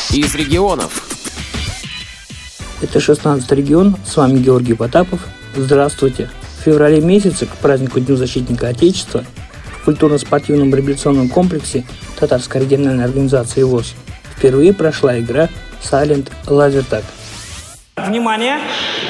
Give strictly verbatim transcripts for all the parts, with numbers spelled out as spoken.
из регионов. Это шестнадцатый регион, с вами Георгий Потапов. Здравствуйте! В феврале месяце, к празднику Дню защитника Отечества, в культурно-спортивном реабилитационном комплексе Татарской региональной организации ВОС впервые прошла игра Silent Laser Tag. Внимание!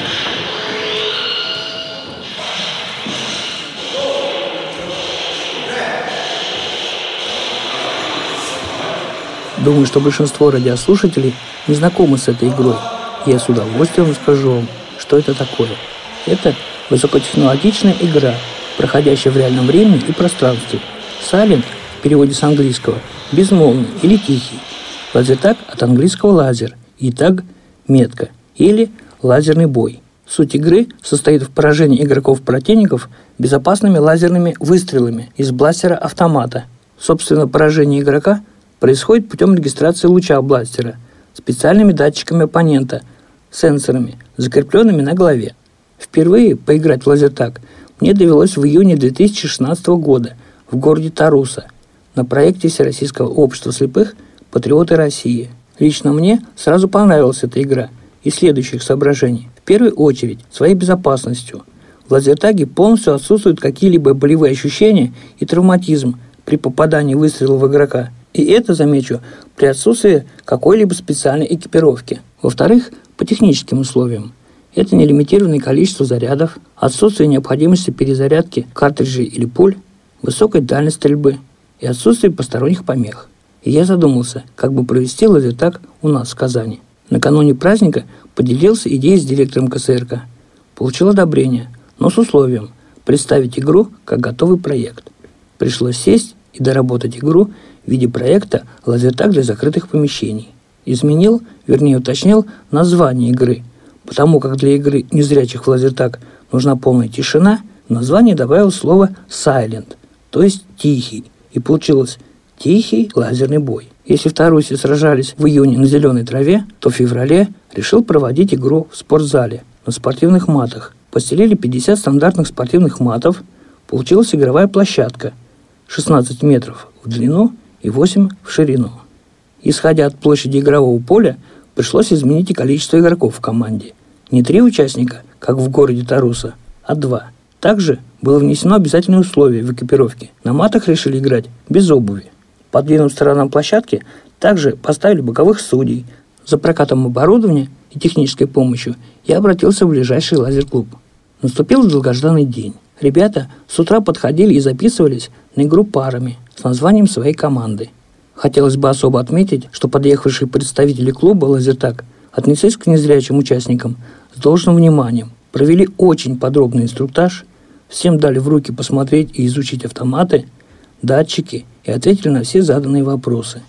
Думаю, что большинство радиослушателей не знакомы с этой игрой. Я с удовольствием расскажу вам, что это такое. Это высокотехнологичная игра, проходящая в реальном времени и пространстве. Silent в переводе с английского безмолвный или тихий. Лазертаг от английского лазер и таг метка или лазерный бой. Суть игры состоит в поражении игроков-противников безопасными лазерными выстрелами из бластера-автомата. Собственно, поражение игрока происходит путем регистрации луча бластера специальными датчиками оппонента, сенсорами, закрепленными на голове. Впервые поиграть в лазертаг мне довелось в июне две тысячи шестнадцатого года в городе Таруса на проекте Всероссийского общества слепых «Патриоты России». Лично мне сразу понравилась эта игра из следующих соображений. В первую очередь, своей безопасностью. В лазертаге полностью отсутствуют какие-либо болевые ощущения и травматизм при попадании выстрела в игрока. И это, замечу, при отсутствии какой-либо специальной экипировки. Во-вторых, по техническим условиям. Это нелимитированное количество зарядов, отсутствие необходимости перезарядки картриджей или пуль, высокая дальность стрельбы и отсутствие посторонних помех. И я задумался, как бы провести лазертаг у нас в Казани. Накануне праздника поделился идеей с директором ка эс эр ка. Получил одобрение, но с условием представить игру как готовый проект. Пришлось сесть и доработать игру в виде проекта «Лазертаг для закрытых помещений». Изменил, вернее уточнил, название игры. Потому как для игры незрячих в лазертаг нужна полная тишина, в название добавил слово «silent», то есть «тихий». И получилось «тихий лазерный бой». Если в Тарусе сражались в июне на зеленой траве, то в феврале решил проводить игру в спортзале на спортивных матах. Постелили пятьдесят стандартных спортивных матов, получилась игровая площадка шестнадцать метров в длину и восемь в ширину. Исходя от площади игрового поля, пришлось изменить и количество игроков в команде. Не три участника, как в городе Таруса, а два. Также было внесено обязательное условие в экипировке. На матах решили играть без обуви. По двум сторонам площадки также поставили боковых судей. За прокатом оборудования и технической помощью я обратился в ближайший лазер-клуб. Наступил долгожданный день. Ребята с утра подходили и записывались на игру парами с названием своей команды. Хотелось бы особо отметить, что подъехавшие представители клуба «Лазертаг» отнеслись к незрячим участникам с должным вниманием, провели очень подробный инструктаж, всем дали в руки посмотреть и изучить автоматы, датчики и ответили на все заданные вопросы.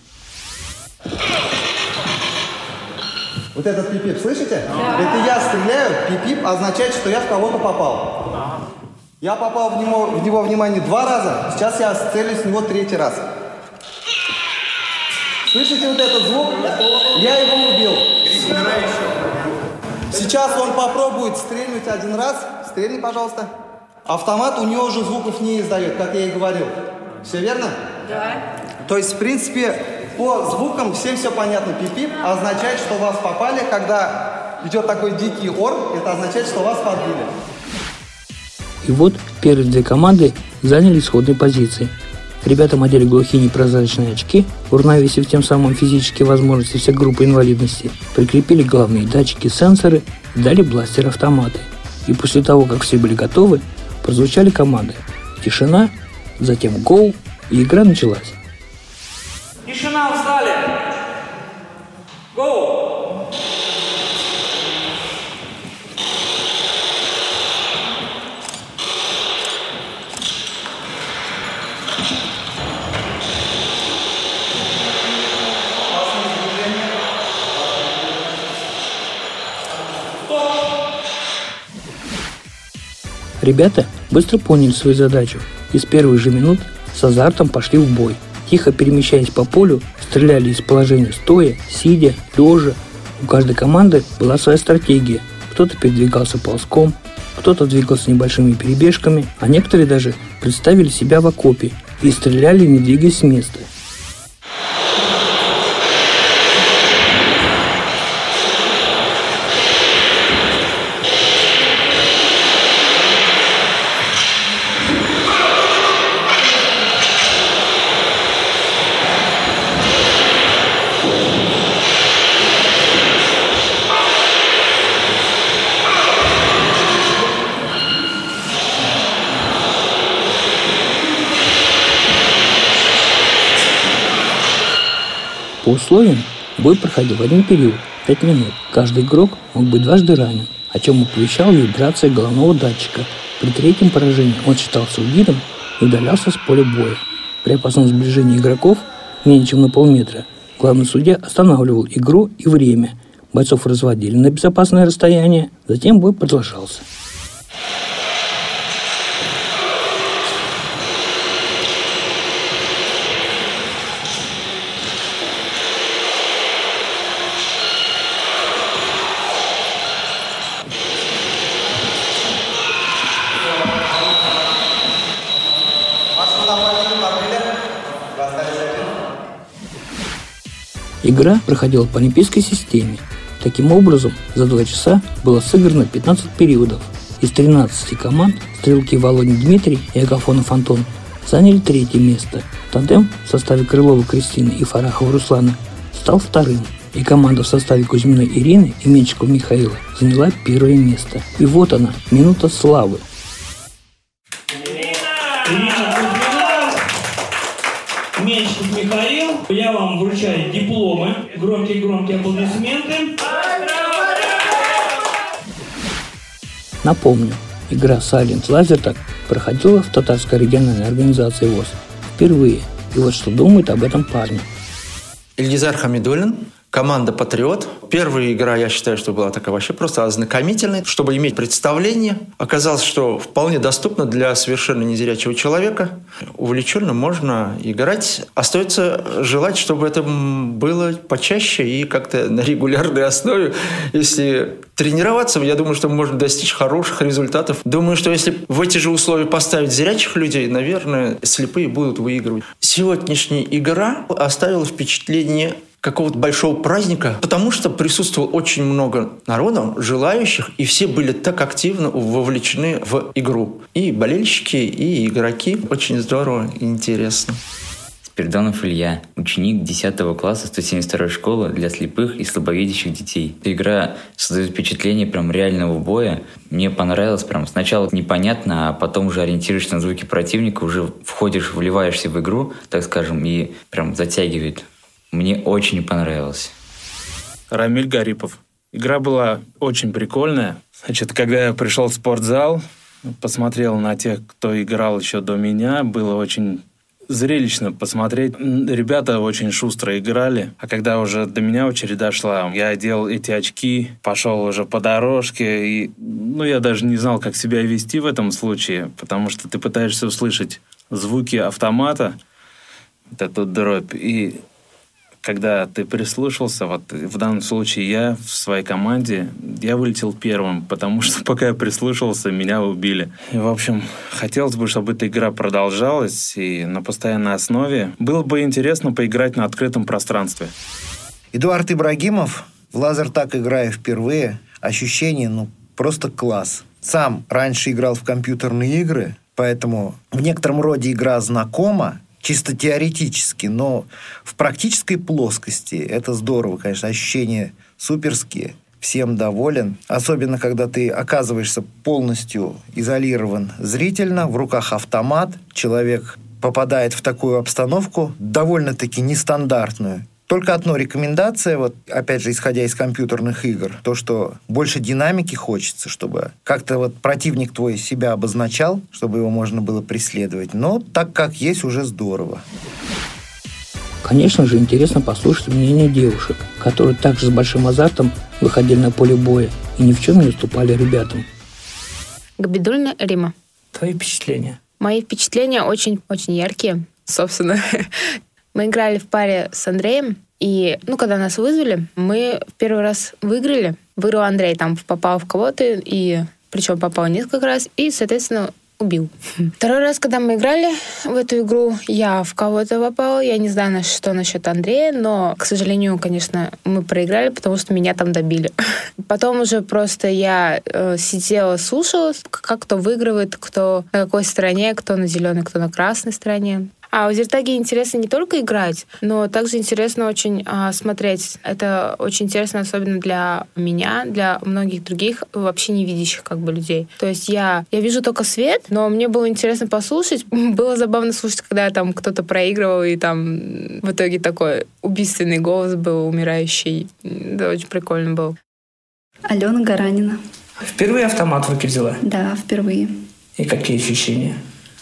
Вот этот пип-пип, слышите? Да. Это я стреляю, пип-пип означает, что я в кого-то попал. Да. Я попал в него, в него внимание два раза, сейчас я целюсь в него третий раз. Слышите вот этот звук? Я его убил. Сейчас он попробует стрельнуть один раз. Стрельни, пожалуйста. Автомат у него уже звуков не издает, как я и говорил. Все верно? Да. То есть, в принципе, по звукам всем все понятно. Пип-пип означает, что вас попали. Когда идет такой дикий ор, это означает, что вас подбили. И вот первые две команды заняли исходные позиции. Ребятам одели глухие непрозрачные очки, уравновесив тем самым физические возможности всех групп инвалидности, прикрепили главные датчики, сенсоры и дали бластер-автоматы. И после того, как все были готовы, прозвучали команды. Тишина, затем гоу, и игра началась. Тишина, встали! Гоу! Ребята быстро поняли свою задачу и с первых же минут с азартом пошли в бой. Тихо перемещаясь по полю, стреляли из положения стоя, сидя, лежа. У каждой команды была своя стратегия. Кто-то передвигался ползком, кто-то двигался небольшими перебежками, а некоторые даже представили себя в окопе и стреляли, не двигаясь с места. По условиям бой проходил в один период – пять минут. Каждый игрок мог быть дважды ранен, о чем оповещала вибрация головного датчика. При третьем поражении он считался убитым и удалялся с поля боя. При опасном сближении игроков менее чем на полметра главный судья останавливал игру и время. Бойцов разводили на безопасное расстояние, затем бой продолжался. Игра проходила по олимпийской системе. Таким образом, за два часа было сыграно пятнадцать периодов. Из тринадцати команд стрелки Володин Дмитрий и Агафонов Антон заняли третье место. Тандем в составе Крылова Кристины и Фарахова Руслана стал вторым. И команда в составе Кузьминой Ирины и Меньшикова Михаила заняла первое место. И вот она, минута славы. Меньшиков Михаил, я вам вручаю дипломы. Громкие-громкие аплодисменты. Напомню, игра Silent Lasertag проходила в Татарской региональной организации ВОС впервые. И вот что думает об этом парень. Ильгизар Хамидуллин, команда «Патриот». Первая игра, я считаю, что была такая вообще просто ознакомительной, чтобы иметь представление. Оказалось, что вполне доступно для совершенно незрячего человека. Увлеченно можно играть. Остается желать, чтобы это было почаще и как-то на регулярной основе. Если тренироваться, я думаю, что можно достичь хороших результатов. Думаю, что если в эти же условия поставить зрячих людей, наверное, слепые будут выигрывать. Сегодняшняя игра оставила впечатление какого-то большого праздника, потому что присутствовало очень много народу, желающих, и все были так активно вовлечены в игру. И болельщики, и игроки. Очень здорово и интересно. Спиридонов Илья, ученик десятого класса сто семьдесят второй школы для слепых и слабовидящих детей. Эта игра создает впечатление прям реального боя. Мне понравилось прям сначала непонятно, а потом уже ориентируешься на звуки противника, уже входишь, вливаешься в игру, так скажем, и прям затягивает. Мне очень понравилось. Рамиль Гарипов. Игра была очень прикольная. Значит, когда я пришел в спортзал, посмотрел на тех, кто играл еще до меня, было очень зрелищно посмотреть. Ребята очень шустро играли. А когда уже до меня очередь дошла, я одел эти очки, пошел уже по дорожке. И, ну, я даже не знал, как себя вести в этом случае, потому что ты пытаешься услышать звуки автомата, вот эту дробь, и когда ты прислушался, вот в данном случае я в своей команде, я вылетел первым, потому что пока я прислушивался, меня убили. И, в общем, хотелось бы, чтобы эта игра продолжалась и на постоянной основе. Было бы интересно поиграть на открытом пространстве. Эдуард Ибрагимов, в Lasertag играю впервые. Ощущение, ну, просто класс. Сам раньше играл в компьютерные игры, поэтому в некотором роде игра знакома, чисто теоретически, но в практической плоскости это здорово, конечно, ощущения суперские, всем доволен. Особенно, когда ты оказываешься полностью изолирован зрительно, в руках автомат, человек попадает в такую обстановку, довольно-таки нестандартную. Только одна рекомендация, вот опять же, исходя из компьютерных игр, то, что больше динамики хочется, чтобы как-то вот противник твой себя обозначал, чтобы его можно было преследовать. Но так как есть, уже здорово. Конечно же, интересно послушать мнение девушек, которые также с большим азартом выходили на поле боя и ни в чем не уступали ребятам. Габидульна Рима. Твои впечатления? Мои впечатления очень-очень яркие, собственно. Мы играли в паре с Андреем, и, ну, когда нас вызвали, мы в первый раз выиграли. Выиграл Андрей, там попал в кого-то, и причем попал несколько раз, и, соответственно, убил. Второй раз, когда мы играли в эту игру, я в кого-то попала. Я не знаю, что насчет Андрея, но, к сожалению, конечно, мы проиграли, потому что меня там добили. Потом уже просто я э, сидела, слушала, как кто выигрывает, кто на какой стороне, кто на зеленой, кто на красной стороне. А лазертаги интересно не только играть, но также интересно очень а, смотреть. Это очень интересно, особенно для меня, для многих других вообще не видящих как бы людей. То есть я, я вижу только свет, но мне было интересно послушать. Было забавно слушать, когда там кто-то проигрывал, и там в итоге такой убийственный голос был, умирающий. Это очень прикольно было. Алена Гаранина. Впервые автомат в руки взяла? Да, впервые. И какие ощущения?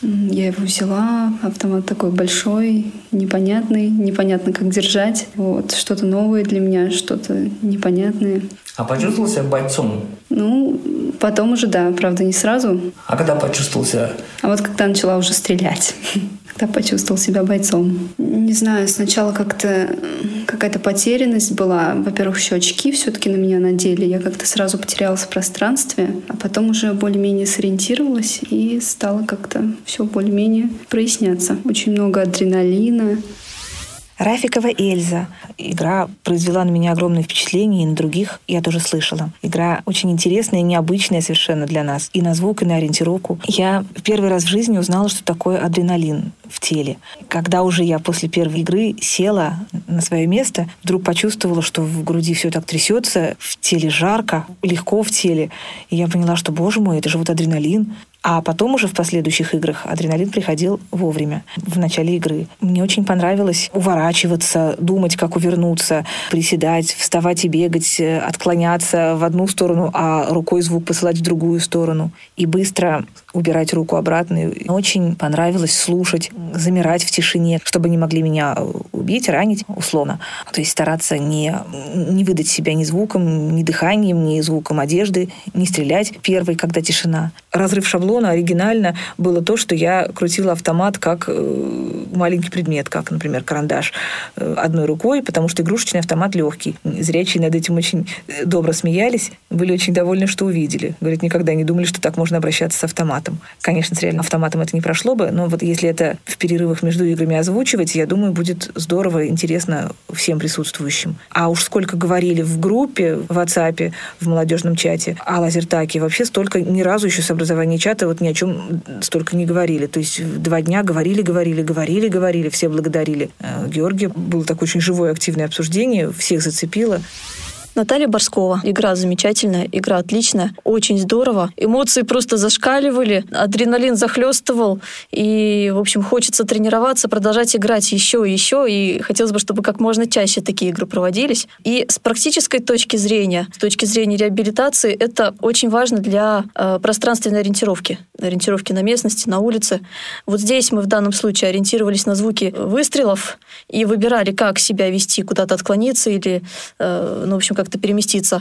Я его взяла, автомат такой большой, непонятный, непонятно, как держать. Вот, что-то новое для меня, что-то непонятное. А почувствовал себя бойцом? Ну, потом уже, да, правда, не сразу. А когда почувствовал себя? А вот когда начала уже стрелять, когда почувствовал себя бойцом. Не знаю, сначала как-то какая-то потерянность была. Во-первых, еще очки все-таки на меня надели. Я как-то сразу потерялась в пространстве, а потом уже более-менее сориентировалась и стало как-то все более-менее проясняться. Очень много адреналина. Рафикова Эльза. Игра произвела на меня огромное впечатление, и на других я тоже слышала. Игра очень интересная и необычная совершенно для нас. И на звук, и на ориентировку. Я в первый раз в жизни узнала, что такое адреналин в теле. Когда уже я после первой игры села на свое место, вдруг почувствовала, что в груди все так трясется, в теле жарко, легко в теле. И я поняла, что, боже мой, это же вот адреналин. А потом уже в последующих играх адреналин приходил вовремя, в начале игры. Мне очень понравилось уворачиваться, думать, как увернуться, приседать, вставать и бегать, отклоняться в одну сторону, а рукой звук посылать в другую сторону. И быстро убирать руку обратно. Очень понравилось слушать, замирать в тишине, чтобы не могли меня убить, ранить, условно. То есть стараться не, не выдать себя ни звуком, ни дыханием, ни звуком одежды, не стрелять первой, когда тишина. Разрыв шаблона оригинально было то, что я крутила автомат как маленький предмет, как, например, карандаш одной рукой, потому что игрушечный автомат легкий. Зрячие над этим очень добро смеялись, были очень довольны, что увидели. Говорят, никогда не думали, что так можно обращаться с автоматом. Конечно, с реальным автоматом это не прошло бы, но вот если это в перерывах между играми озвучивать, я думаю, будет здорово, интересно всем присутствующим. А уж сколько говорили в группе, в WhatsApp, в молодежном чате о лазертаге, вообще столько ни разу еще с образования чата вот ни о чем столько не говорили. То есть два дня говорили, говорили, говорили, говорили, все благодарили Георгия. Было такое очень живое, активное обсуждение, всех зацепило. Наталья Борскова. Игра замечательная, игра отличная, очень здорово. Эмоции просто зашкаливали, адреналин захлестывал, и, в общем, хочется тренироваться, продолжать играть еще и еще, и хотелось бы, чтобы как можно чаще такие игры проводились. И с практической точки зрения, с точки зрения реабилитации, это очень важно для э, пространственной ориентировки, ориентировки на местности, на улице. Вот здесь мы в данном случае ориентировались на звуки выстрелов и выбирали, как себя вести, куда-то отклониться или, э, ну, в общем, как-то переместиться.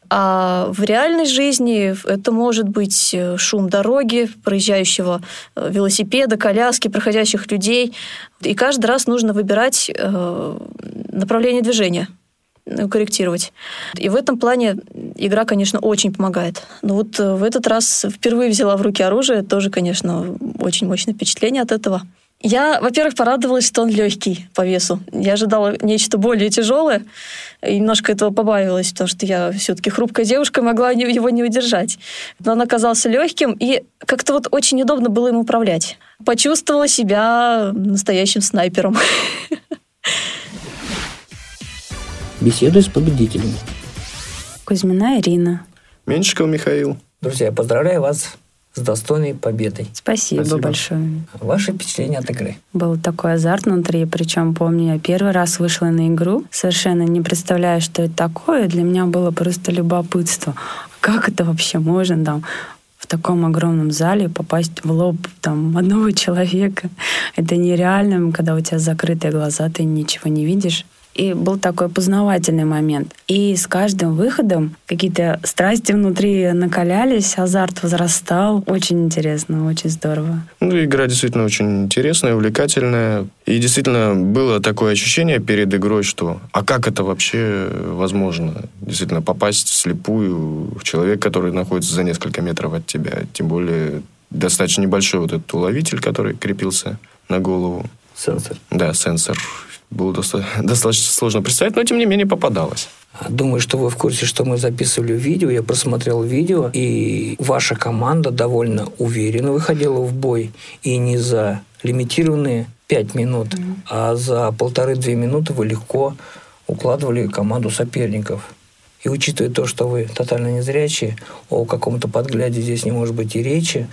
А в реальной жизни это может быть шум дороги, проезжающего велосипеда, коляски, проходящих людей. И каждый раз нужно выбирать направление движения, корректировать. И в этом плане игра, конечно, очень помогает. Но вот в этот раз впервые взяла в руки оружие, тоже, конечно, очень мощное впечатление от этого. Я, во-первых, порадовалась, что он легкий по весу. Я ожидала нечто более тяжелое, и немножко этого побаивалась, потому что я все-таки хрупкая девушка, могла его не удержать. Но он оказался легким, и как-то вот очень удобно было им управлять. Почувствовала себя настоящим снайпером. Беседуй с победителями. Кузьмина Ирина. Меньшиков Михаил. Друзья, поздравляю вас с достойной победой. Спасибо, Спасибо большое. Ваши впечатления от игры? Был такой азарт внутри, причем, помню, я первый раз вышла на игру, совершенно не представляя, что это такое. Для меня было просто любопытство. Как это вообще можно там в таком огромном зале попасть в лоб там одного человека? Это нереально, когда у тебя закрытые глаза, ты ничего не видишь. И был такой познавательный момент. И с каждым выходом какие-то страсти внутри накалялись, азарт возрастал. Очень интересно, очень здорово. Ну, игра действительно очень интересная, увлекательная. И действительно было такое ощущение перед игрой, что а как это вообще возможно? Действительно, попасть вслепую в человека, который находится за несколько метров от тебя. Тем более достаточно небольшой вот этот уловитель, который крепился на голову. Сенсор. Да, сенсор. Было достаточно, достаточно сложно представить, но тем не менее попадалось. Думаю, что вы в курсе, что мы записывали видео. Я просмотрел видео, и ваша команда довольно уверенно выходила в бой. И не за лимитированные пять минут, mm-hmm. а за полторы-две минуты вы легко укладывали команду соперников. И учитывая то, что вы тотально незрячие, о каком-то подгляде здесь не может быть и речи,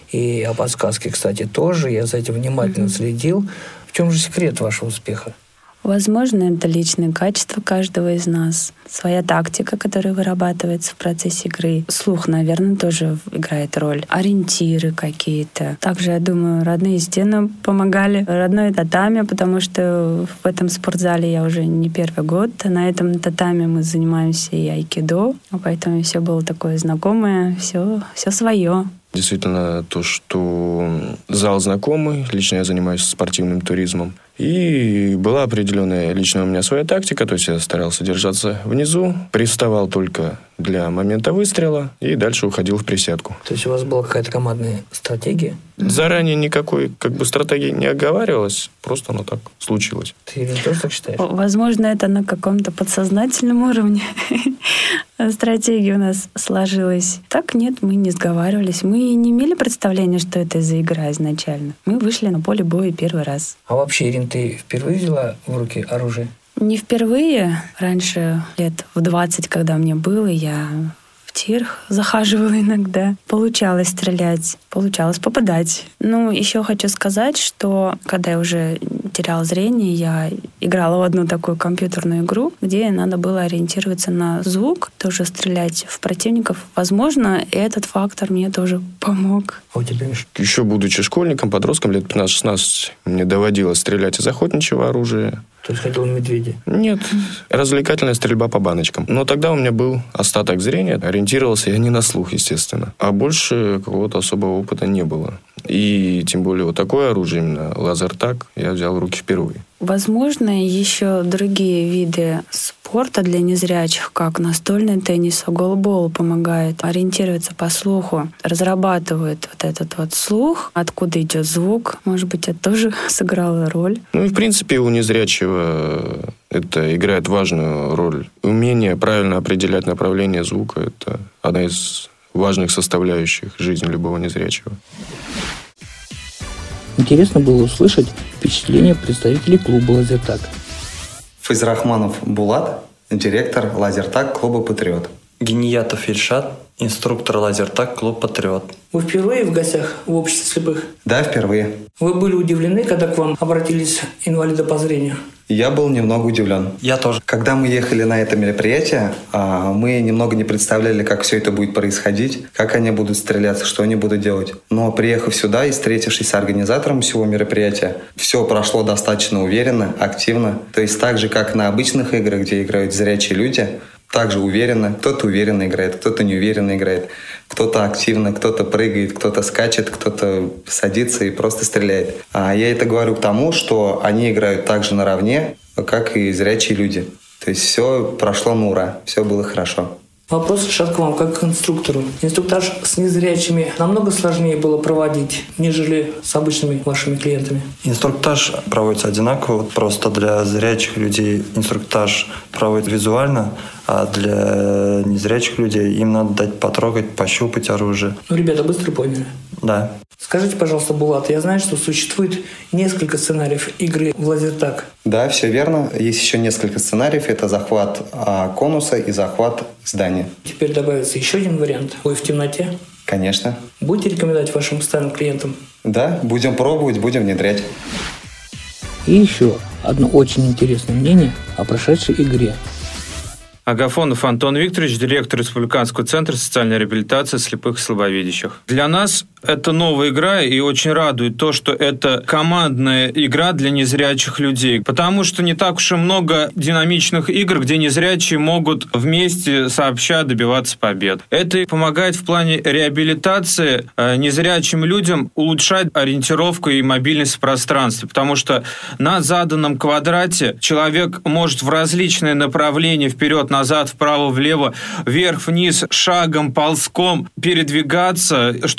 и о подсказке, кстати, тоже. Я за этим внимательно mm-hmm. следил. В чем же секрет вашего успеха? Возможно, это личные качества каждого из нас. Своя тактика, которая вырабатывается в процессе игры. Слух, наверное, тоже играет роль. Ориентиры какие-то. Также, я думаю, родные стены помогали. Родное татами, потому что в этом спортзале я уже не первый год. На этом татами мы занимаемся и айкидо. Поэтому все было такое знакомое, все, все свое. Действительно, то, что зал знакомый, лично я занимаюсь спортивным туризмом. И была определенная лично у меня своя тактика, то есть я старался держаться внизу, приставал только для момента выстрела и дальше уходил в присядку. То есть у вас была какая-то командная стратегия? Заранее никакой как бы стратегии не оговаривалось, просто оно так случилось. Ты тоже так считаешь? Возможно, это на каком-то подсознательном уровне стратегия у нас сложилась. Так нет, мы не сговаривались. Мы не имели представления, что это за игра изначально. Мы вышли на поле боя первый раз. А вообще, Ирина, ты впервые взяла в руки оружие? Не впервые. Раньше, лет в двадцать, когда мне было, я в тир захаживала иногда. Получалось стрелять, получалось попадать. Ну, еще хочу сказать, что когда я уже теряла зрение, я играла в одну такую компьютерную игру, где надо было ориентироваться на звук, тоже стрелять в противников. Возможно, этот фактор мне тоже помог. А у тебя, Миша? Еще будучи школьником, подростком, лет пятнадцать-шестнадцать, мне доводилось стрелять из охотничьего оружия. То есть ходил на медведя? Нет, развлекательная стрельба по баночкам. Но тогда у меня был остаток зрения, ориентировался я не на слух, естественно. А больше какого-то особого опыта не было. И тем более вот такое оружие, именно лазертаг, я взял в руки впервые. Возможно, еще другие виды спорта для незрячих, как настольный теннис, голбол, помогает ориентироваться по слуху, разрабатывают вот этот вот слух, откуда идет звук. Может быть, это тоже сыграло роль. Ну и, в принципе, у незрячего это играет важную роль. Умение правильно определять направление звука — это одна из важных составляющих жизни любого незрячего. Интересно было услышать впечатления представителей клуба «Лазертаг». Файзрахманов Булат, директор «Лазертаг» клуба «Патриот». Гениятов Ильшат, инструктор «Лазертаг» клуб «Патриот». Вы впервые в гостях в обществе слепых? Да, впервые. Вы были удивлены, когда к вам обратились инвалиды по зрению? Я был немного удивлен. Я тоже. Когда мы ехали на это мероприятие, мы немного не представляли, как все это будет происходить, как они будут стреляться, что они будут делать. Но приехав сюда и встретившись с организатором всего мероприятия, все прошло достаточно уверенно, активно. То есть так же, как на обычных играх, где играют зрячие люди, также уверенно. Кто-то уверенно играет, кто-то неуверенно играет. Кто-то активно, кто-то прыгает, кто-то скачет, кто-то садится и просто стреляет. А я это говорю к тому, что они играют так же наравне, как и зрячие люди. То есть все прошло на ура, все было хорошо. Вопрос, Шат, к вам, как к инструктору. Инструктаж с незрячими намного сложнее было проводить, нежели с обычными вашими клиентами? Инструктаж проводится одинаково. Просто для зрячих людей инструктаж проводит визуально, а для незрячих людей им надо дать потрогать, пощупать оружие. Ну, ребята быстро поняли? Да. Скажите, пожалуйста, Булат, я знаю, что существует несколько сценариев игры в лазертаг. Да, все верно. Есть еще несколько сценариев. Это захват а, конуса и захват здания. Теперь добавится еще один вариант. Бой в темноте. Конечно. Будете рекомендовать вашим постоянным клиентам? Да, будем пробовать, будем внедрять. И еще одно очень интересное мнение о прошедшей игре. Агафонов Антон Викторович, директор Республиканского центра социальной реабилитации слепых и слабовидящих. Для нас это новая игра, и очень радует то, что это командная игра для незрячих людей. Потому что не так уж и много динамичных игр, где незрячие могут вместе сообща добиваться побед. Это помогает в плане реабилитации незрячим людям улучшать ориентировку и мобильность в пространстве. Потому что на заданном квадрате человек может в различные направления вперед, назад, вправо, влево, вверх, вниз, шагом, ползком передвигаться, что способствует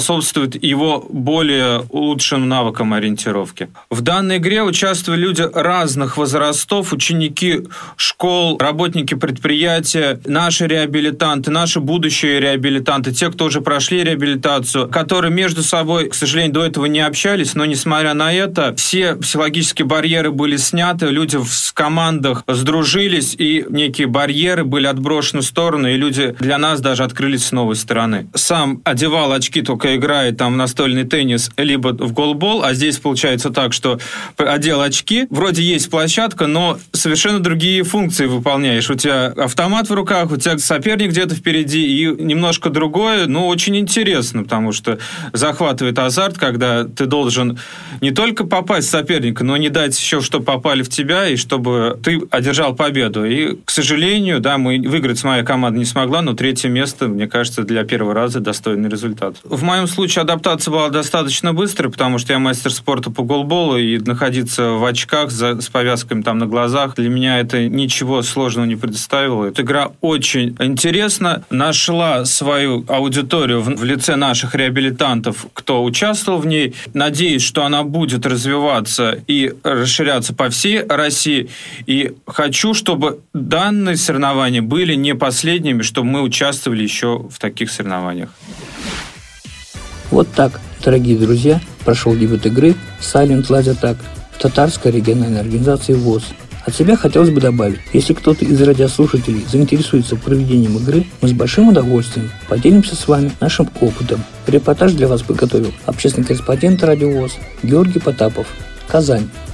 способствует его более улучшенным навыкам ориентировки. В данной игре участвовали люди разных возрастов, ученики школ, работники предприятия, наши реабилитанты, наши будущие реабилитанты, те, кто уже прошли реабилитацию, которые между собой, к сожалению, до этого не общались, но, несмотря на это, все психологические барьеры были сняты, люди в командах сдружились, и некие барьеры были отброшены в сторону, и люди для нас даже открылись с новой стороны. Сам одевал очки, только играет там в настольный теннис, либо в голбол, а здесь получается так, что одел очки, вроде есть площадка, но совершенно другие функции выполняешь. У тебя автомат в руках, у тебя соперник где-то впереди, и немножко другое, но очень интересно, потому что захватывает азарт, когда ты должен не только попасть в соперника, но не дать еще, чтобы попали в тебя, и чтобы ты одержал победу. И, к сожалению, да, мы выиграть с моей командой не смогла, но третье место, мне кажется, для первого раза достойный результат. В моем случае адаптация была достаточно быстрой, потому что я мастер спорта по голболу, и находиться в очках за, с повязками там на глазах, для меня это ничего сложного не предоставило. Эта игра очень интересна, нашла свою аудиторию в, в лице наших реабилитантов, кто участвовал в ней. Надеюсь, что она будет развиваться и расширяться по всей России. И хочу, чтобы данные соревнования были не последними, чтобы мы участвовали еще в таких соревнованиях. Вот так, дорогие друзья, прошел дебют игры Silent Laser Tag в татарской региональной организации ВОС. От себя хотелось бы добавить, если кто-то из радиослушателей заинтересуется проведением игры, мы с большим удовольствием поделимся с вами нашим опытом. Репортаж для вас подготовил общественный корреспондент радио ВОС Георгий Потапов, Казань.